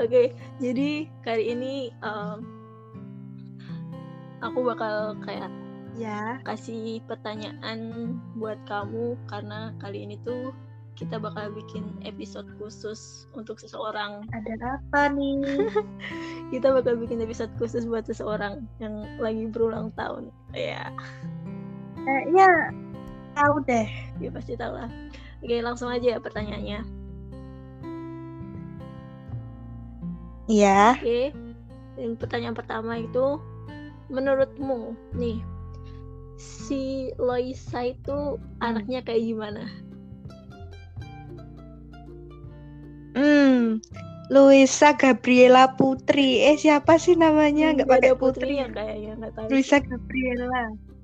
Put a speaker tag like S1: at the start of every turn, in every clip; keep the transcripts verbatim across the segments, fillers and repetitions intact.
S1: Oke, jadi kali ini um, aku bakal kayak
S2: Ya.
S1: kasih pertanyaan buat kamu karena kali ini tuh kita bakal bikin episode khusus untuk seseorang.
S2: Ada apa nih?
S1: Kita bakal bikin episode khusus buat seseorang yang lagi berulang tahun. Ya.
S2: Kayaknya tahu deh.
S1: Ya pasti tahu lah. Oke, langsung aja ya pertanyaannya.
S2: Iya.
S1: Oke. Yang pertanyaan pertama itu, menurutmu nih, si Loisa itu hmm. anaknya kayak gimana?
S2: Hmm, Luisa Gabriela Putri. Eh siapa sih namanya? Nggak pakai Putri
S1: ya kayaknya, nggak tahu.
S2: Luisa Gabriela.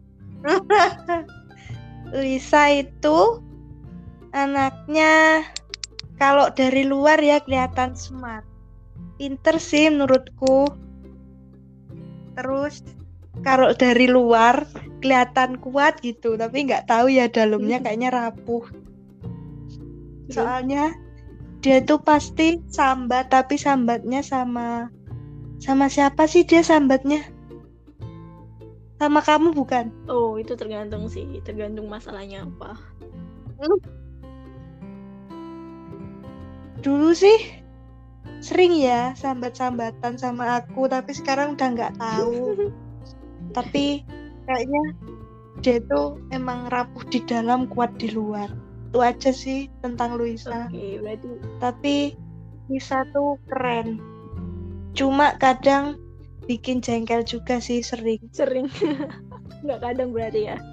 S2: Luisa itu anaknya kalau dari luar ya kelihatan smart, pinter sih menurutku. Terus kalau dari luar kelihatan kuat gitu, tapi nggak tahu ya dalamnya kayaknya rapuh. Soalnya dia tuh pasti sambat, tapi sambatnya sama sama siapa sih dia sambatnya? Sama kamu bukan?
S1: Oh, itu tergantung sih, tergantung masalahnya apa.
S2: Dulu sih sering ya sambat-sambatan sama aku, tapi sekarang udah nggak tahu. Tapi kayaknya dia tuh emang rapuh di dalam, kuat di luar. Itu aja sih tentang Luisa.
S1: Oke, berarti.
S2: Tapi Luisa tuh keren. Cuma kadang bikin jengkel juga sih, sering.
S1: Sering. Nggak kadang berarti ya.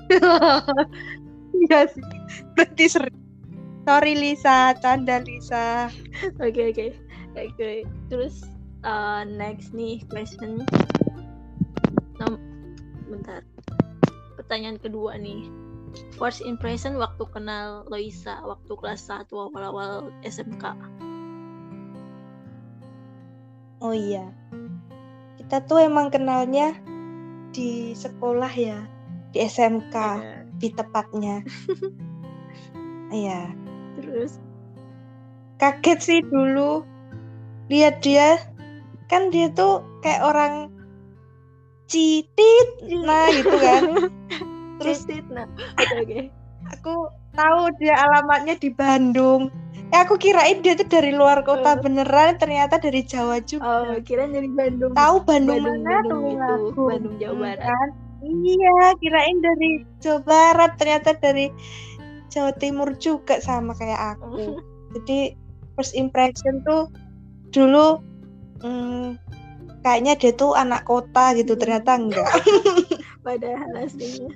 S2: Iya sih. Berarti sering. Sorry Lisa, canda Lisa.
S1: Oke oke oke. Terus uh, next nih question. Nom- bentar. Pertanyaan kedua nih. First impression waktu kenal Loisa waktu kelas satu awal-awal S M K.
S2: Oh iya. Kita tuh emang kenalnya di sekolah ya, di S M K, yeah. Di tepatnya. Iya.
S1: Terus
S2: kaget sih dulu lihat dia, kan dia tuh kayak orang citit, nah gitu kan. Terus
S1: citit, nah. Oke oke.
S2: Aku tahu dia alamatnya di Bandung. Ya aku kirain dia tuh dari luar kota uh. beneran, ternyata dari Jawa juga.
S1: Oh, kirain dari Bandung.
S2: Tahu Bandung, Bandung mana
S1: Bandung
S2: tuh
S1: itu,
S2: aku?
S1: Bandung Jawa Barat.
S2: Kan? Iya, kirain dari Jawa Barat, ternyata dari Jawa Timur juga sama kayak aku. Jadi first impression tuh dulu hmm, kayaknya dia tuh anak kota gitu, ternyata enggak.
S1: Padahal aslinya.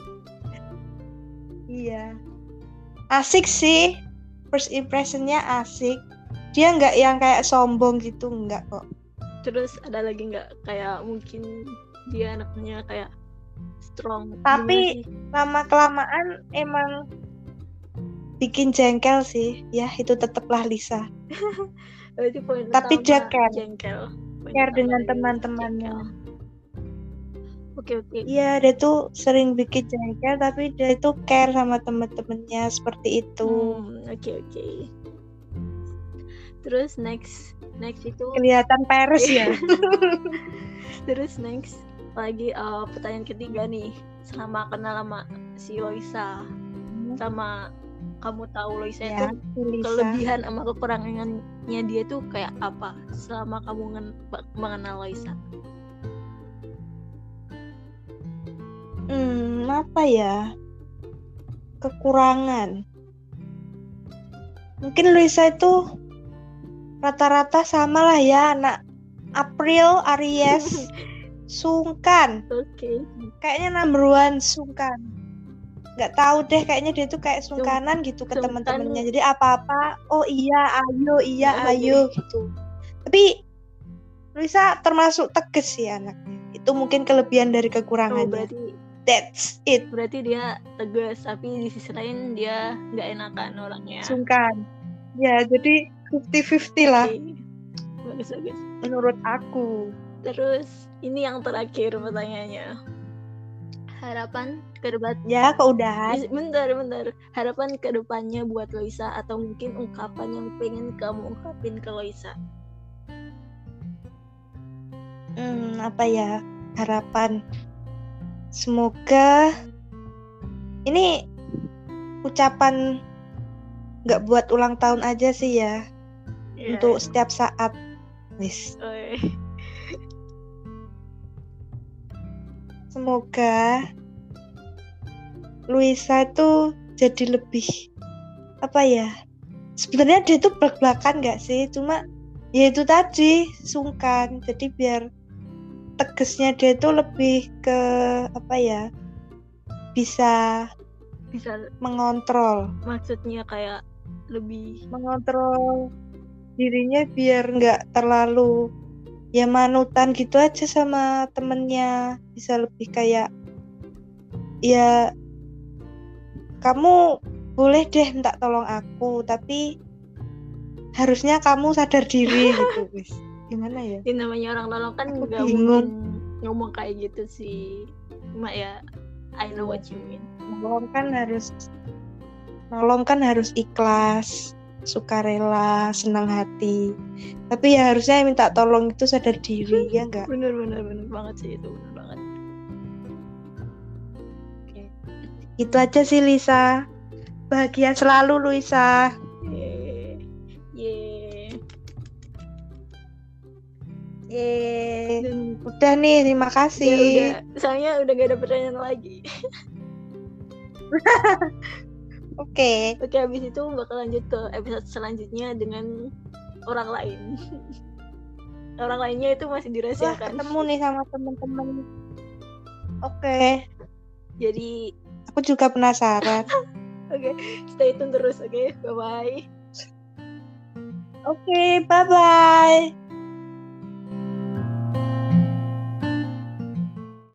S2: Iya. Asik sih. First impressionnya asik. Dia enggak yang kayak sombong gitu, enggak kok.
S1: Terus ada lagi enggak kayak mungkin dia anaknya kayak strong.
S2: Tapi lama-kelamaan emang bikin jengkel sih. Ya, itu tetaplah Lisa. Tapi dia care.
S1: Jengkel.
S2: Care dengan teman-temannya.
S1: Oke oke.
S2: Iya, dia tuh sering bikin jengkel, tapi dia itu care sama teman-temannya seperti itu.
S1: Hmm, oke oke. Terus next next itu
S2: kelihatan peres ya.
S1: Terus next lagi uh, pertanyaan ketiga nih. Selama kenal sama si Loisa, hmm. sama kamu tahu Loisa ya, itu Lisa. Kelebihan sama kekurangannya dia tuh kayak apa selama kamu ngen- mengenal Loisa?
S2: Hmm, apa ya? Kekurangan. Mungkin Luisa itu rata-rata sama lah ya, anak April, Aries, sungkan.
S1: Oke. Okay.
S2: Kayaknya number one sungkan. Gak tahu deh, kayaknya dia tuh kayak sungkanan Sung, gitu ke teman-temannya. Jadi apa-apa, oh iya, ayo, iya, nah, ayo okay. gitu. Tapi Luisa termasuk tegas sih anaknya. Itu mungkin kelebihan dari kekurangannya.
S1: Oh, berarti
S2: that's it.
S1: Berarti dia tegas, tapi di sisi lain dia nggak enakan orangnya.
S2: Sungkan. Ya, jadi fifty-fifty lah.
S1: Okay. Bagus bagus.
S2: Menurut aku.
S1: Terus ini yang terakhir pertanyaannya. Harapan ke depan.
S2: Ya, keudahan.
S1: Bentar, bentar. Harapan ke depannya buat Loisa atau mungkin ungkapan yang pengen kamu ungkapin ke Loisa.
S2: apa ya, harapan. Semoga ini ucapan nggak buat ulang tahun aja sih ya,
S1: yeah.
S2: Untuk setiap saat, wis.
S1: Oh, yeah.
S2: Semoga Luisa itu jadi lebih apa ya? Sebenarnya dia tuh belak-belakan nggak sih? Cuma ya itu tadi sungkan. Jadi biar tegesnya dia tuh lebih ke apa ya? Bisa
S1: bisa
S2: mengontrol.
S1: Maksudnya kayak lebih
S2: mengontrol dirinya biar nggak terlalu ya manutan gitu aja sama temennya, bisa lebih kayak ya kamu boleh deh minta tolong aku, tapi harusnya kamu sadar diri gitu, wis. Gimana ya?
S1: Ini namanya orang nolong kan nggak mungkin ngomong kayak gitu sih, cuma ya I know what you mean.
S2: Nolong kan harus nolong kan harus ikhlas, sukarela, senang hati. Tapi ya harusnya yang minta tolong itu sadar diri, ya enggak?
S1: Bener bener bener banget sih itu, bener banget.
S2: Oke. Itu aja sih Lisa. Bahagia selalu Luisa.
S1: Yeay. Yeay.
S2: Yeay.
S1: Dan
S2: udah nih, terima kasih.
S1: Ya udah, soalnya udah gak ada pertanyaan lagi.
S2: Oke.
S1: Oke, habis itu bakal lanjut ke episode selanjutnya dengan orang lain. Orang lainnya itu masih dirahasiakan.
S2: Wah, ketemu nih sama teman-teman. Oke.
S1: Jadi
S2: aku juga penasaran.
S1: Oke, stay tune terus, oke? Bye bye.
S2: Oke, bye bye.